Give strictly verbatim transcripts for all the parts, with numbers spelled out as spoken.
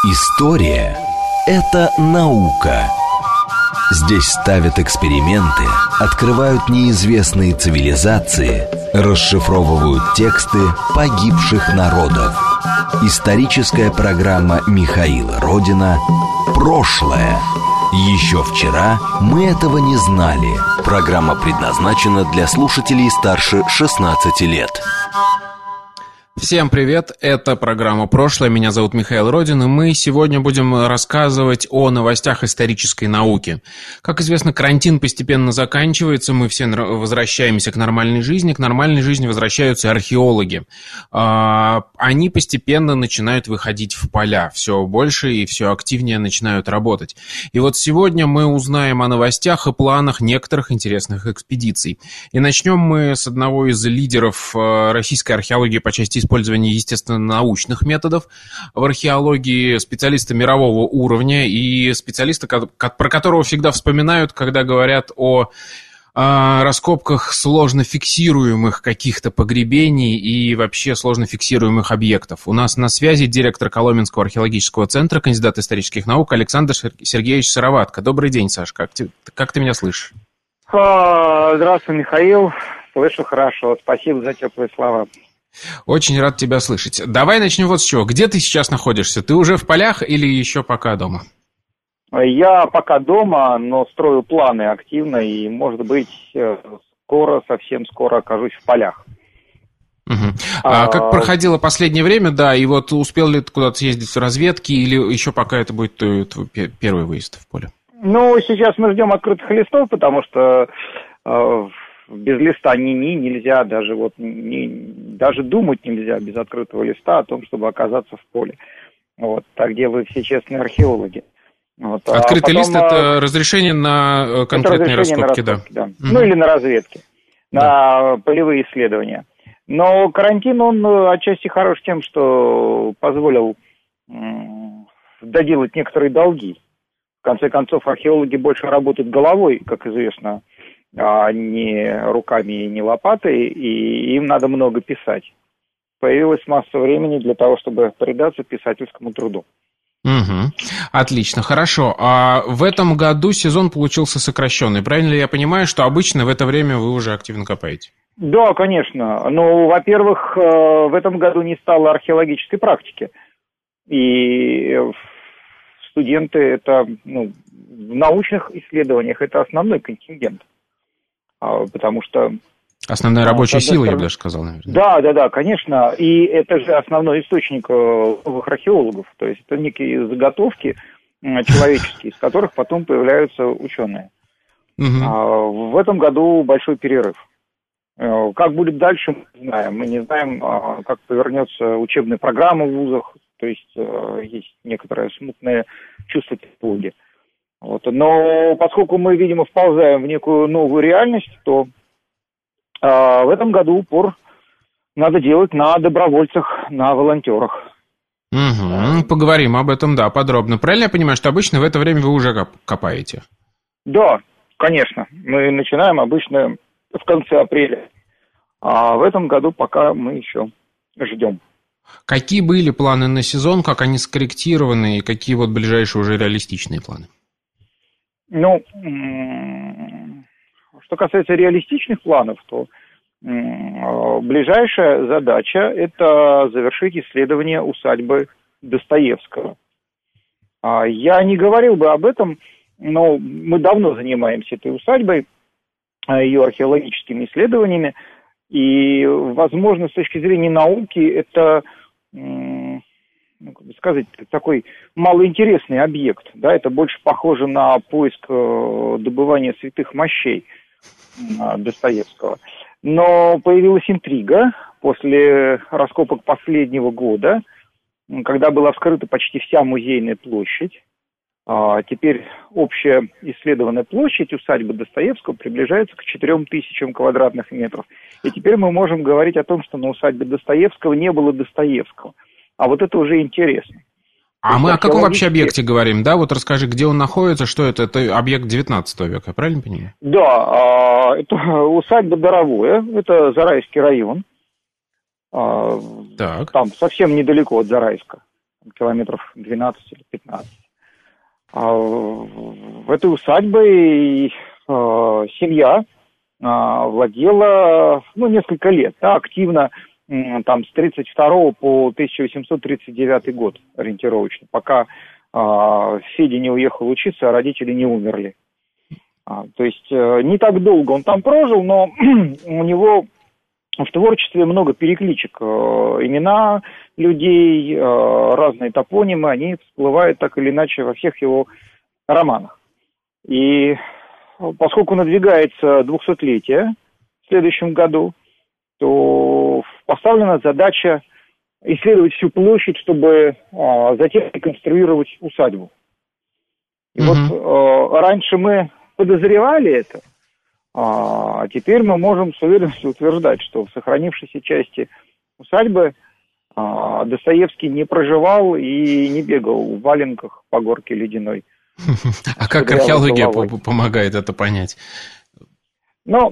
История – это наука. Здесь ставят эксперименты, открывают неизвестные цивилизации, расшифровывают тексты погибших народов. Историческая программа Михаила Родина «Прошлое». Еще вчера мы этого не знали. Программа предназначена для слушателей старше шестнадцати лет. Всем привет, это программа «Прошлое», меня зовут Михаил Родин, и мы сегодня будем рассказывать о новостях исторической науки. Как известно, карантин постепенно заканчивается, мы все возвращаемся к нормальной жизни, к нормальной жизни возвращаются археологи. Они постепенно начинают выходить в поля, все больше и все активнее начинают работать. И вот сегодня мы узнаем о новостях и планах некоторых интересных экспедиций. И начнем мы с одного из лидеров российской археологии по части использования естественно-научных методов в археологии, специалиста мирового уровня и специалиста, про которого всегда вспоминают, когда говорят о, о раскопках сложно фиксируемых каких-то погребений и вообще сложно фиксируемых объектов. У нас на связи директор Коломенского археологического центра, кандидат исторических наук Александр Сергеевич Сыроватко. Добрый день, Саш, как ты, как ты меня слышишь? Здравствуй, Михаил. Слышу хорошо. Спасибо за теплые слова. Очень рад тебя слышать. Давай начнем вот с чего. Где ты сейчас находишься? Ты уже в полях или еще пока дома? Я пока дома, но строю планы активно, и, может быть, скоро, совсем скоро окажусь в полях. Угу. А, а как проходило последнее время, да, и вот успел ли ты куда-то съездить в разведки, или еще пока это будет твой, твой первый выезд в поле? Ну, сейчас мы ждем открытых листов, потому что э, без листа ни-ни нельзя, даже вот ни, даже думать нельзя без открытого листа о том, чтобы оказаться в поле. Вот, так делают все честные археологи. Вот. Открытый а потом, лист – это разрешение на конкретные разрешение раскопки, на раскопки, да? да. Угу. Ну, или на разведки, на да. полевые исследования. Но карантин, он отчасти хорош тем, что позволил м- доделать некоторые долги. В конце концов, археологи больше работают головой, как известно, а не руками и не лопатой, и им надо много писать. Появилась масса времени для того, чтобы предаться писательскому труду. Угу. Отлично, хорошо. А в этом году сезон получился сокращенный. Правильно ли я понимаю, что обычно в это время вы уже активно копаете? Да, конечно. Ну, во-первых, в этом году не стало археологической практики. И студенты это, ну, в научных исследованиях это основной контингент. Потому что... Основная рабочая а, сила, я бы даже сказал, наверное. Да, да, да, конечно. И это же основной источник новых археологов. То есть это некие заготовки человеческие, из которых потом появляются ученые. Угу. А, в этом году большой перерыв. Как будет дальше, мы не знаем. Мы не знаем, как повернется учебная программа в вузах. То есть есть некоторое смутное чувство тревоги. Вот. Но поскольку мы, видимо, вползаем в некую новую реальность, то э, в этом году упор надо делать на добровольцах, на волонтерах. Угу. Поговорим об этом, да, подробно. Правильно я понимаю, что обычно в это время вы уже копаете? Да, конечно. Мы начинаем обычно в конце апреля. А в этом году пока мы еще ждем. Какие были планы на сезон, как они скорректированы, и какие вот ближайшие уже реалистичные планы? Ну, что касается реалистичных планов, то ближайшая задача – это завершить исследование усадьбы Достоевского. Я не говорил бы об этом, но мы давно занимаемся этой усадьбой, ее археологическими исследованиями, и, возможно, с точки зрения науки, это... ну, как бы сказать, такой малоинтересный объект, да, это больше похоже на поиск э, добывания святых мощей э, Достоевского. Но появилась интрига после раскопок последнего года, когда была вскрыта почти вся музейная площадь. А теперь общая исследованная площадь усадьбы Достоевского приближается к четырем тысячам квадратных метров. И теперь мы можем говорить о том, что на усадьбе Достоевского не было Достоевского. А вот это уже интересно. А мы о каком вообще объекте говорим, да? Вот расскажи, где он находится, что это? Это объект девятнадцатого века, я правильно понимаю? Да, это усадьба Доровое, это Зарайский район. Так. Там совсем недалеко от Зарайска. километров двенадцать или пятнадцать. А в этой усадьбе э, семья владела, ну, несколько лет, да, активно, там, с тридцать второго по тысяча восемьсот тридцать девятый год ориентировочно, пока э, Федя не уехал учиться, а родители не умерли. А, то есть э, не так долго он там прожил, но у него в творчестве много перекличек. Э, имена людей, э, разные топонимы, они всплывают так или иначе во всех его романах. И поскольку надвигается двухсотлетие в следующем году, то поставлена задача исследовать всю площадь, чтобы а, затем реконструировать усадьбу. И mm-hmm. вот а, раньше мы подозревали это, а теперь мы можем с уверенностью утверждать, что в сохранившейся части усадьбы а, Достоевский не проживал и не бегал в валенках по горке ледяной. А как археология помогает это понять? Ну,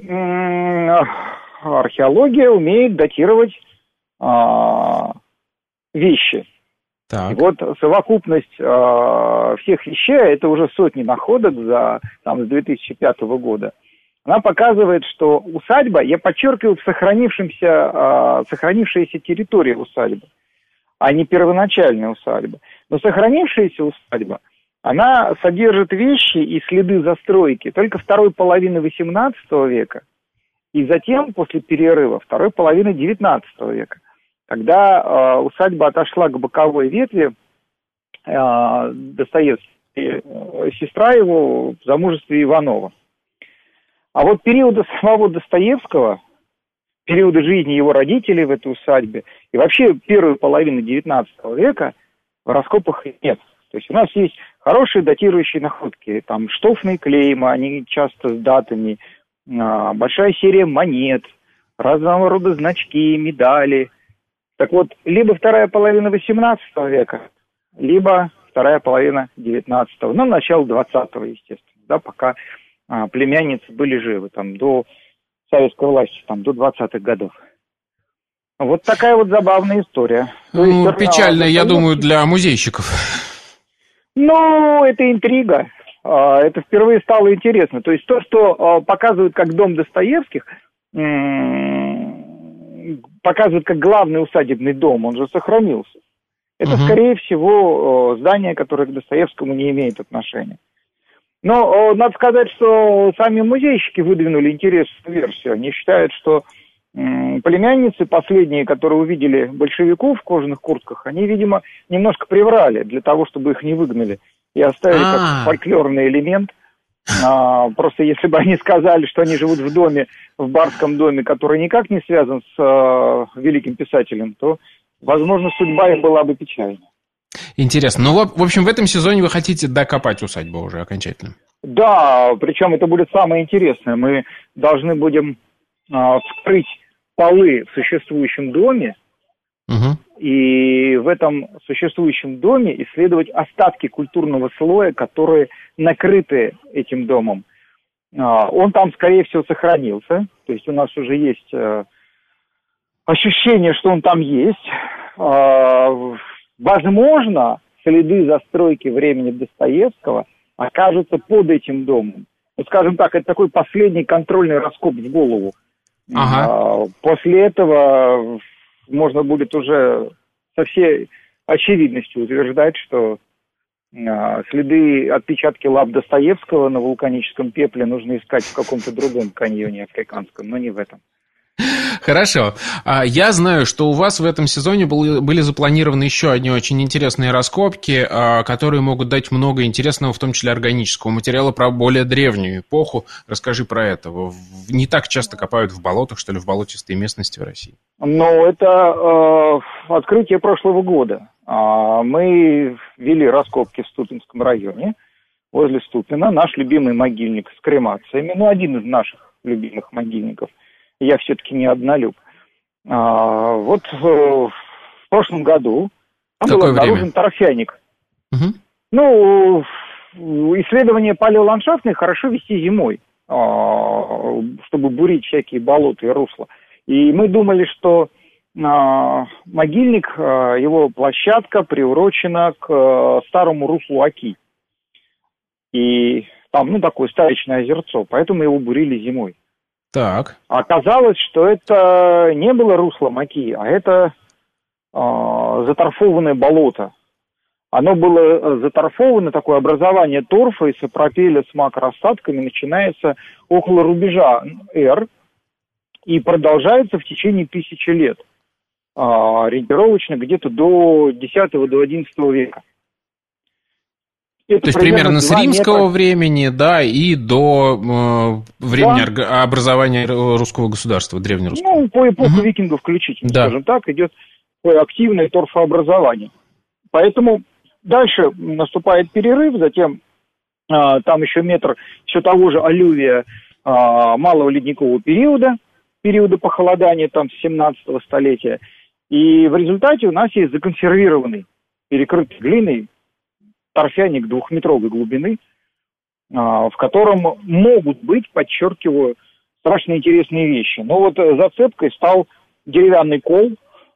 археология умеет датировать а, вещи. Так. И вот совокупность а, всех вещей, это уже сотни находок за, там, с две тысячи пятого года, она показывает, что усадьба, я подчеркиваю, в сохранившемся, а, сохранившаяся территория усадьбы, а не первоначальная усадьба. Но сохранившаяся усадьба, она содержит вещи и следы застройки только второй половины восемнадцатого века и затем, после перерыва, второй половины девятнадцатого века, когда э, усадьба отошла к боковой ветви, э, Достоевский, э, сестра его в замужестве Иванова. А вот периода самого Достоевского, периода жизни его родителей в этой усадьбе и вообще первой половины девятнадцатого века в раскопах нет. То есть у нас есть хорошие датирующие находки, там штофные клейма, они часто с датами, а, большая серия монет, разного рода значки, медали. Так вот, либо вторая половина восемнадцатого века, либо вторая половина девятнадцатого, ну, начало двадцатого, естественно, да, пока а, племянницы были живы, там, до советской власти, там, до двадцатых годов. Вот такая вот забавная история. Ну, есть, печальная, я думаю, для музейщиков. Ну, это интрига. Это впервые стало интересно. То есть то, что показывают как дом Достоевских, показывают как главный усадебный дом, он же сохранился. Это, угу. скорее всего, здание, которое к Достоевскому не имеет отношения. Но надо сказать, что сами музейщики выдвинули интересную версию. Они считают, что племянницы, последние, которые увидели большевиков в кожаных куртках, они, видимо, немножко приврали для того, чтобы их не выгнали и оставили А-а-а. как фольклорный элемент. А, просто если бы они сказали, что они живут в доме, в барском доме, который никак не связан с а, великим писателем, то, возможно, судьба им была бы печальна. Интересно. Ну, в общем, в этом сезоне вы хотите докопать усадьбу уже окончательно? Да, причем это будет самое интересное. Мы должны будем вскрыть полы в существующем доме, угу. и в этом существующем доме исследовать остатки культурного слоя, которые накрыты этим домом. Он там, скорее всего, сохранился, то есть у нас уже есть ощущение, что он там есть. Возможно, следы застройки времени Достоевского окажутся под этим домом. Ну, скажем так, это такой последний контрольный раскоп в голову. Ага. После этого можно будет уже со всей очевидностью утверждать, что следы, отпечатки лап Достоевского на вулканическом пепле нужно искать в каком-то другом каньоне африканском, но не в этом. Хорошо. Я знаю, что у вас в этом сезоне были запланированы еще одни очень интересные раскопки, которые могут дать много интересного, в том числе органического материала про более древнюю эпоху. Расскажи про это. Не так часто копают в болотах, что ли, в болотистой местности в России? Ну, это э, открытие прошлого года. Мы вели раскопки в Ступинском районе, возле Ступина. Наш любимый могильник с кремациями, ну, один из наших любимых могильников. Я все-таки не однолюб. А, вот в, в прошлом году там был обнаружен торфяник. Угу. Ну, исследования палеоландшафтные хорошо вести зимой, а, чтобы бурить всякие болота и русла. И мы думали, что могильник, его площадка приурочена к старому руслу Оки. И там, ну, такое старичное озерцо, поэтому его бурили зимой. Так. Оказалось, что это не было руслом Оки, а это э, заторфованное болото. Оно было заторфовано, такое образование торфа и сапропеля с макроостатками начинается около рубежа Р и продолжается в течение тысячи лет. Э, ориентировочно где-то до десятого-одиннадцатого века. Это То есть примерно с римского метра. времени, да, и до э, времени Да. орг- образования русского государства, древнерусского. Ну, по эпоху Угу. викингов включительно, Да. скажем так, идет такое активное торфообразование. Поэтому дальше наступает перерыв, затем а, там еще метр все того же аллювия а, малого ледникового периода, периода похолодания там с семнадцатого столетия. И в результате у нас есть законсервированный, перекрытый глиной торфяник двухметровой глубины, в котором могут быть, подчеркиваю, страшно интересные вещи. Но вот зацепкой стал деревянный кол.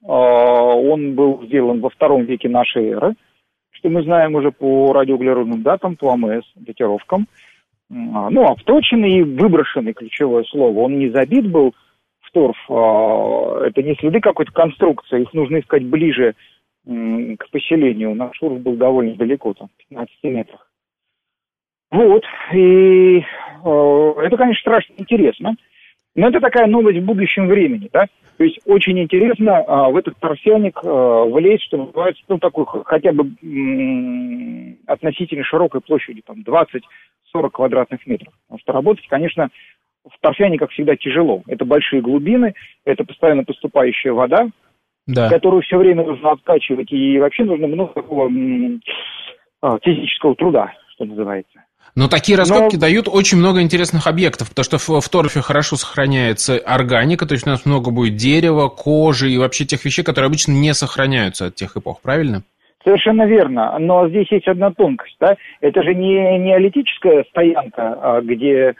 Он был сделан во втором веке нашей эры, что мы знаем уже по радиоуглеродным датам, по АМС, датировкам. Ну, обточенный и выброшенный, ключевое слово. Он не забит был в торф. Это не следы какой-то конструкции, их нужно искать ближе к поселению. Наш урф был довольно далеко, там, в пятнадцати метрах. Вот, и э, это, конечно, страшно интересно, но это такая новость в будущем времени, да, то есть очень интересно э, в этот торфяник э, влезть, что называется, ну, такой хотя бы м- относительно широкой площади, там, двадцать-сорок квадратных метров, потому что работать, конечно, в торфяниках всегда тяжело, это большие глубины, это постоянно поступающая вода, Да. которую все время нужно откачивать, и вообще нужно много такого м- физического труда, что называется. Но такие раскопки Но... дают очень много интересных объектов, потому что в, в торфе хорошо сохраняется органика, то есть у нас много будет дерева, кожи и вообще тех вещей, которые обычно не сохраняются от тех эпох, правильно? Совершенно верно, но здесь есть одна тонкость, да, это же не неолитическая стоянка, где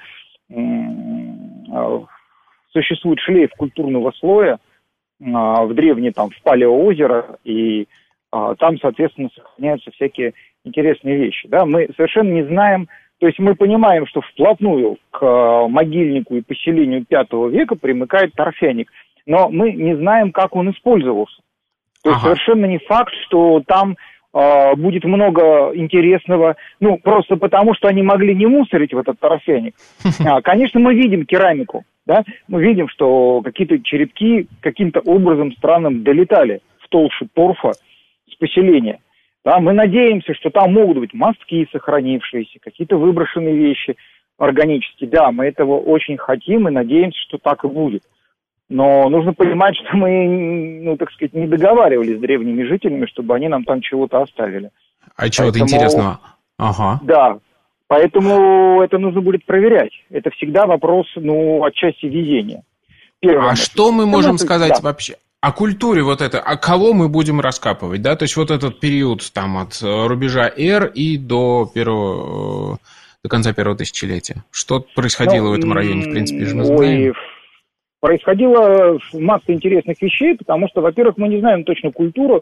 м- существует шлейф культурного слоя в древнее, там, в палеоозеро, и а, там, соответственно, сохраняются всякие интересные вещи, да, мы совершенно не знаем. То есть мы понимаем, что вплотную к могильнику и поселению пятого века примыкает торфяник, но мы не знаем, как он использовался. То есть ага. совершенно не факт, что там э, будет много интересного, ну, просто потому, что они могли не мусорить в этот торфяник. А, конечно, мы видим керамику, да, мы видим, что какие-то черепки каким-то образом странным долетали в толщу торфа с поселения. Да, мы надеемся, что там могут быть мостки сохранившиеся, какие-то выброшенные вещи органические. Да, мы этого очень хотим и надеемся, что так и будет. Но нужно понимать, что мы, ну, так сказать, не договаривались с древними жителями, чтобы они нам там чего-то оставили. А чего-то Поэтому, интересного? Ага. Да, поэтому это нужно будет проверять. Это всегда вопрос, ну, отчасти везения. Первое. А что мы можем это, сказать да. вообще? О культуре вот это, а кого мы будем раскапывать, да, то есть вот этот период там от рубежа Р и до первого, до конца первого тысячелетия. Что происходило ну, в этом районе, в принципе, же мы знаем? Ой, происходило масса интересных вещей, потому что, во-первых, мы не знаем точно культуру,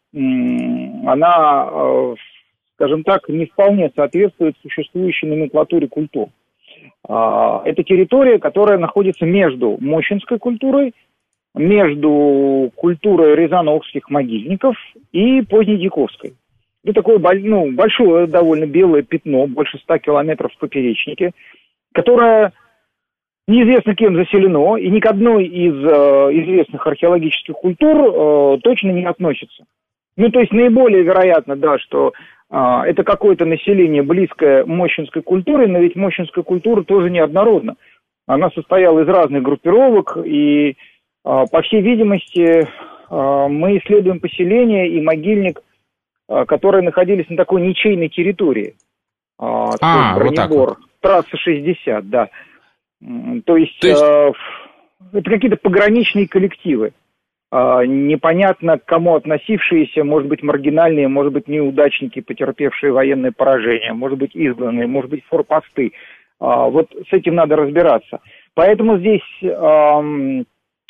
она, скажем так, не вполне соответствует существующей номенклатуре культур. Это территория, которая находится между мощинской культурой, между культурой рязановских могильников и позднедьяковской. Это такое ну, большое довольно белое пятно, больше ста километров в поперечнике, которое неизвестно кем заселено и ни к одной из э, известных археологических культур э, точно не относится. Ну, то есть наиболее вероятно, да, что э, это какое-то население близкое мощинской культуре, но ведь мощинская культура тоже неоднородна. Она состояла из разных группировок и по всей видимости, мы исследуем поселение и могильник, которые находились на такой ничейной территории. А, бронебор, вот так вот. Трасса шестьдесят, да. То есть, То есть... это какие-то пограничные коллективы. Непонятно к кому относившиеся, может быть, маргинальные, может быть, неудачники, потерпевшие военное поражение, может быть, изгнанные, может быть, форпосты. Вот с этим надо разбираться. Поэтому здесь...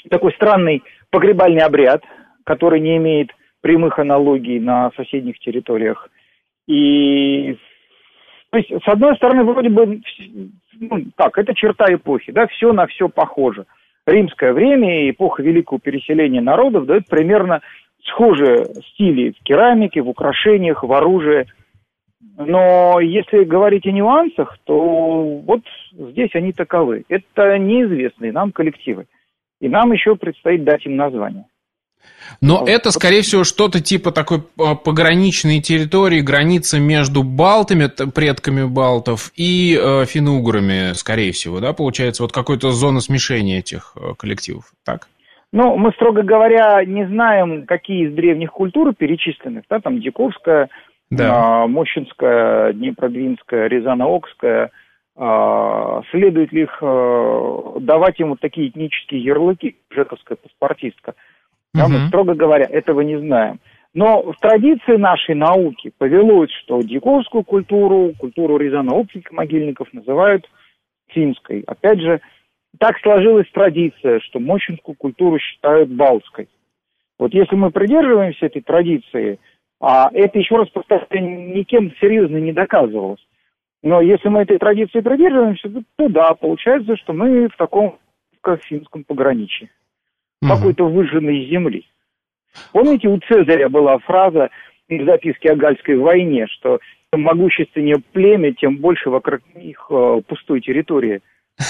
такой странный погребальный обряд, который не имеет прямых аналогий на соседних территориях. И, то есть, с одной стороны, вроде бы, ну, так, это черта эпохи, да, все на все похоже. Римское время и эпоха великого переселения народов дают примерно схожие стили в керамике, в украшениях, в оружии. Но если говорить о нюансах, то вот здесь они таковы. Это неизвестные нам коллективы. И нам еще предстоит дать им название. Но вот. Это, скорее всего, что-то типа такой пограничной территории, граница между балтами, предками балтов, и э, финно-уграми, скорее всего, да, получается, вот какая-то зона смешения этих э, коллективов, так? Ну, мы, строго говоря, не знаем, какие из древних культур перечисленных, да, там Диковская, да. э, Мощинская, Днепродвинская, Рязано-Окская, э, следует ли их э, давать им вот такие этнические ярлыки, жековская паспортистка. Да, uh-huh. Мы, строго говоря, этого не знаем. Но в традиции нашей науки повелось, что диковскую культуру, культуру рязано-окских могильников называют финской. Опять же, так сложилась традиция, что мощинскую культуру считают балтской. Вот если мы придерживаемся этой традиции, а это, еще раз повторяю, никем серьезно не доказывалось, но если мы этой традиции придерживаемся, то да, получается, что мы в таком финском пограничье. Угу. Какой-то выжженной земли. Помните, у Цезаря была фраза в записке о Гальской войне, что чем могущественнее племя, тем больше вокруг них э, пустой территории.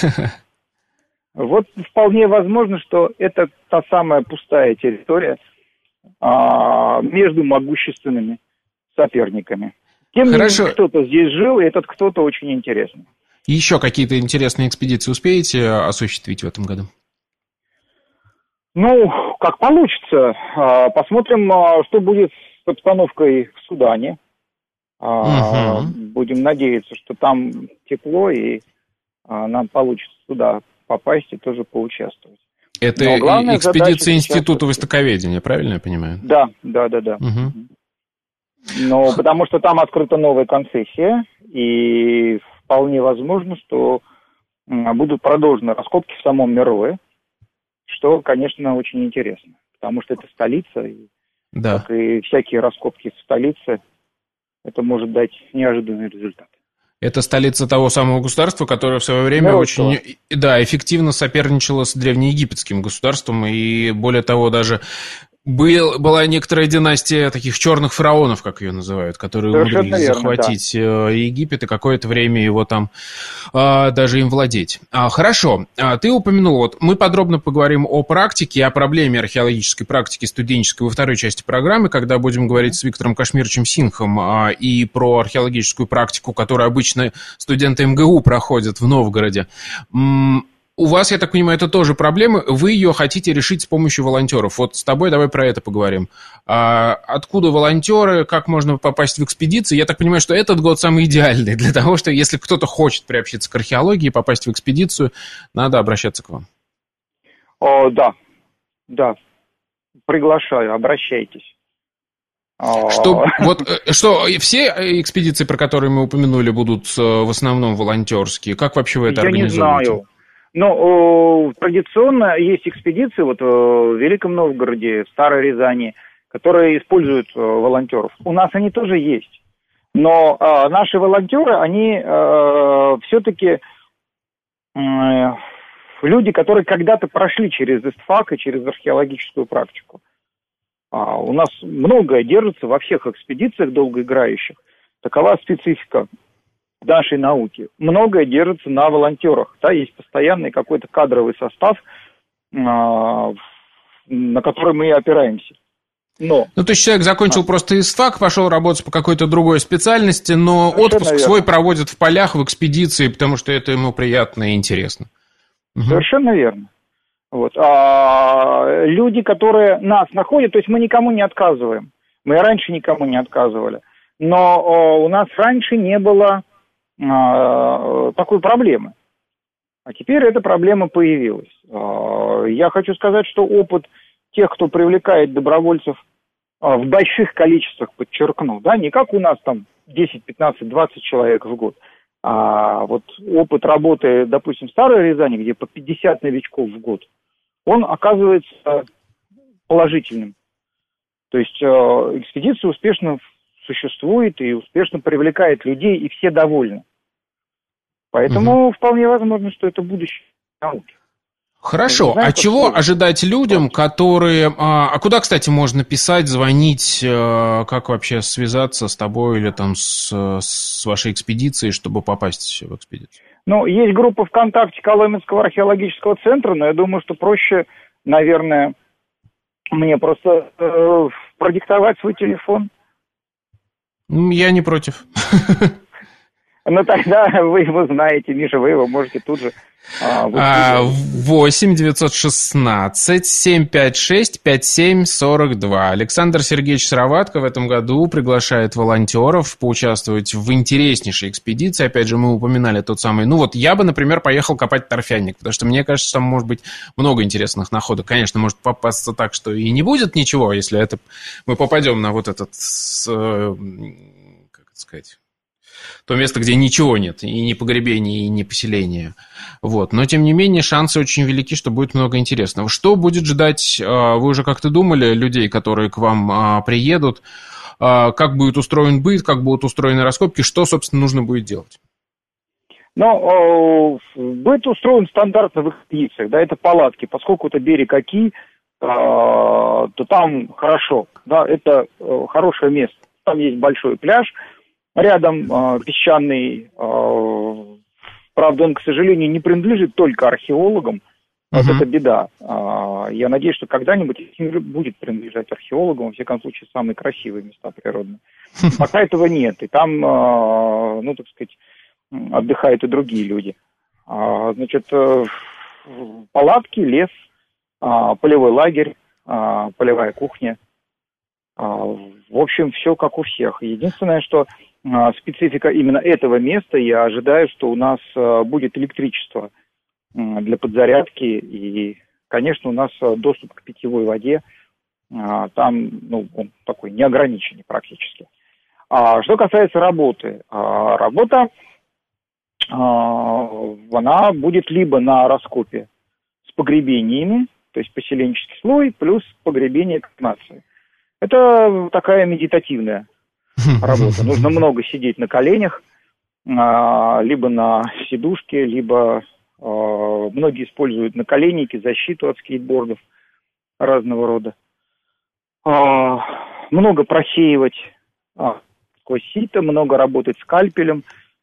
Вот вполне возможно, что это та самая пустая территория между могущественными соперниками. Тем не менее, кто-то здесь жил, и этот кто-то очень интересный. Еще какие-то интересные экспедиции успеете осуществить в этом году? Ну, как получится. Посмотрим, что будет с обстановкой в Судане. Угу. Будем надеяться, что там тепло, и нам получится туда попасть и тоже поучаствовать. Это экспедиция Института востоковедения, правильно я понимаю? Да, да, да, да. Угу. Но потому что там открыта новая концессия, и вполне возможно, что будут продолжены раскопки в самом Мерое. Что, конечно, очень интересно, потому что это столица, и, да. Как и всякие раскопки в столице, это может дать неожиданный результат. Это столица того самого государства, которое в свое время Миротского. очень да, эффективно соперничало с древнеегипетским государством, и более того, даже был, была некоторая династия таких черных фараонов, как ее называют, которые Совершенно умудрились верно, захватить да. Египет и какое-то время его там а, даже им владеть. А, хорошо, а, ты упомянул, вот мы подробно поговорим о практике, о проблеме археологической практики студенческой во второй части программы, когда будем говорить с Виктором Кашмировичем Синхом а, и про археологическую практику, которую обычно студенты эм гэ у проходят в Новгороде. М- У вас, я так понимаю, это тоже проблема, вы ее хотите решить с помощью волонтеров. Вот с тобой давай про это поговорим. А откуда волонтеры, как можно попасть в экспедиции? Я так понимаю, что этот год самый идеальный для того, что если кто-то хочет приобщиться к археологии, попасть в экспедицию, надо обращаться к вам. О, да, да, приглашаю, обращайтесь. Что, вот, что все экспедиции, про которые мы упомянули, будут в основном волонтерские? Как вообще вы это Я организуете? Я не знаю. Но э, традиционно есть экспедиции вот, э, в Великом Новгороде, в Старой Рязани, которые используют э, волонтеров. У нас они тоже есть. Но э, наши волонтеры, они э, все-таки э, люди, которые когда-то прошли через ИСТФАК и через археологическую практику. А у нас многое держится во всех экспедициях долгоиграющих. Такова специфика нашей науки. Многое держится на волонтерах. Да, есть постоянный какой-то кадровый состав, на который мы и опираемся. Но, ну, то есть человек закончил а. просто ИСТФАК, пошел работать по какой-то другой специальности, но Совершенно отпуск верно. свой проводит в полях, в экспедиции, потому что это ему приятно и интересно. Совершенно угу. верно. Вот. А люди, которые нас находят, то есть мы никому не отказываем. Мы раньше никому не отказывали. Но о, у нас раньше не было а, такой проблемы. А теперь эта проблема появилась. А, я хочу сказать, что опыт тех, кто привлекает добровольцев а, в больших количествах, подчеркну, да, не как у нас там десять, пятнадцать, двадцать человек в год, а вот опыт работы, допустим, в Старой Рязани, где по пятьдесят новичков в год, он оказывается положительным. То есть экспедиция успешно существует и успешно привлекает людей, и все довольны. Поэтому угу. вполне возможно, что это будущее науки. Хорошо. Знаю, а чего слово. ожидать людям, которые... А, а куда, кстати, можно писать, звонить, как вообще связаться с тобой или там с, с вашей экспедицией, чтобы попасть в экспедицию? Ну, есть группа ВКонтакте Коломенского археологического центра, но я думаю, что проще, наверное, мне просто э, продиктовать свой телефон. Я не против. Ну, тогда вы его знаете, Миша, вы его можете тут же... восемь девятьсот шестнадцать семьсот пятьдесят шесть пятьдесят семь сорок два. Александр Сергеевич Сыроватко в этом году приглашает волонтеров поучаствовать в интереснейшей экспедиции. Опять же, мы упоминали тот самый... Ну вот я бы, например, поехал копать торфяник, потому что мне кажется, там может быть много интересных находок. Конечно, может попасться так, что и не будет ничего, если это мы попадем на вот этот... Как это сказать... то место, где ничего нет, и ни погребения, и ни поселения. Вот. Но, тем не менее, шансы очень велики, что будет много интересного. Что будет ждать, вы уже как-то думали, людей, которые к вам приедут, как будет устроен быт, как будут устроены раскопки, что, собственно, нужно будет делать? Ну, быт устроен стандартно в экспедициях, да, это палатки, поскольку это берег Оки, то там хорошо, да, это хорошее место, там есть большой пляж, рядом э, песчаный, э, правда, он, к сожалению, не принадлежит только археологам, вот uh-huh. это беда. Э, я надеюсь, что когда-нибудь будет принадлежать археологам, во всяком случае, самые красивые места природные. Пока этого нет, и там, э, ну, так сказать, отдыхают и другие люди. Э, значит, э, палатки, лес, э, полевой лагерь, э, полевая кухня. Э, в общем, все как у всех. Единственное, что специфика именно этого места, я ожидаю, что у нас будет электричество для подзарядки, и, конечно, у нас доступ к питьевой воде, там, ну, он такой неограниченный практически. А что касается работы, работа, она будет либо на раскопе с погребениями, то есть поселенческий слой, плюс погребение кремации. Это такая медитативная работа. Нужно много сидеть на коленях, либо на сидушке, либо многие используют наколенники, защиту от скейтбордов разного рода. Много просеивать сквозь сито, много работать скальпелем,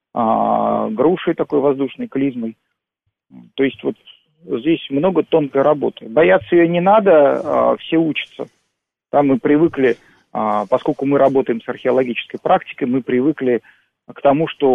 грушей такой воздушной, клизмой. То есть вот здесь много тонкой работы. Бояться ее не надо, все учатся. Там мы привыкли... Поскольку мы работаем с археологической практикой, мы привыкли к тому, что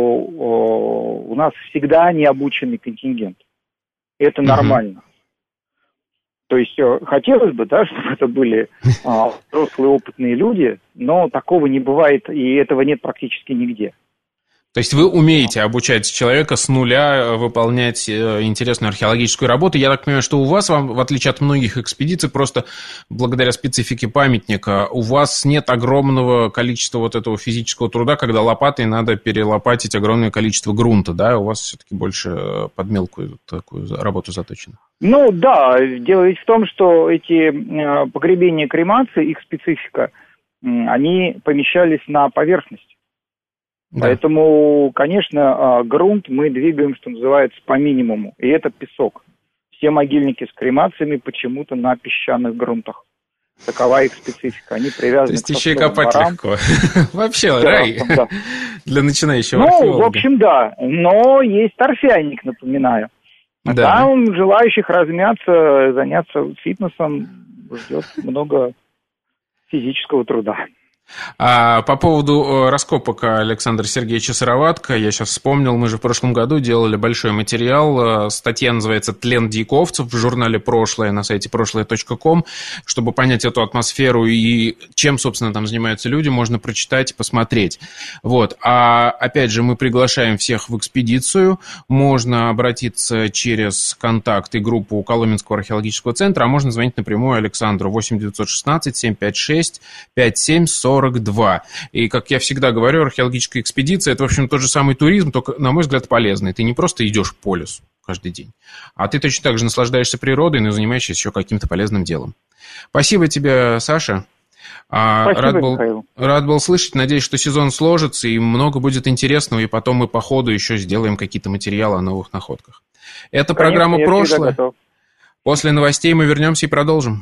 у нас всегда необученный контингент. Это нормально. Uh-huh. То есть хотелось бы, да, чтобы это были взрослые опытные люди, но такого не бывает, и этого нет практически нигде. То есть вы умеете обучать человека с нуля выполнять интересную археологическую работу. Я так понимаю, что у вас, в отличие от многих экспедиций, просто благодаря специфике памятника, у вас нет огромного количества вот этого физического труда, когда лопатой надо перелопатить огромное количество грунта, да? У вас все-таки больше под мелкую такую работу заточено. Ну да, дело ведь в том, что эти погребения кремации, их специфика, они помещались на поверхность. Да. Поэтому, конечно, грунт мы двигаем, что называется, по минимуму. И это песок. Все могильники с кремациями почему-то на песчаных грунтах. Такова их специфика. Они привязаны. То есть еще и копать легко. Вообще, рай для начинающего археолога. Ну, в общем, да. Но есть торфяник, напоминаю. Там желающих размяться, заняться фитнесом ждет много физического труда. А по поводу раскопок Александра Сергеевича Сыроватко, я сейчас вспомнил, мы же в прошлом году делали большой материал, статья называется «Тлен дьяковцев» в журнале «Прошлое» на сайте прошлое точка ком. Чтобы понять эту атмосферу и чем, собственно, там занимаются люди, можно прочитать и посмотреть. Вот. А опять же, мы приглашаем всех в экспедицию, можно обратиться через контакт и группу Коломенского археологического центра, а можно звонить напрямую Александру восемь девятьсот шестнадцать семьсот пятьдесят шесть пятьдесят семь сорок два. И, как я всегда говорю, археологическая экспедиция – это, в общем, тот же самый туризм, только, на мой взгляд, полезный. Ты не просто идешь по лесу, каждый день. А ты точно так же наслаждаешься природой, но занимаешься еще каким-то полезным делом. Спасибо тебе, Саша. Спасибо, рад был, Михаил. Рад был слышать. Надеюсь, что сезон сложится, и много будет интересного, и потом мы по ходу еще сделаем какие-то материалы о новых находках. Это Конечно, программа я «Прошлое». готов. После новостей мы вернемся и продолжим.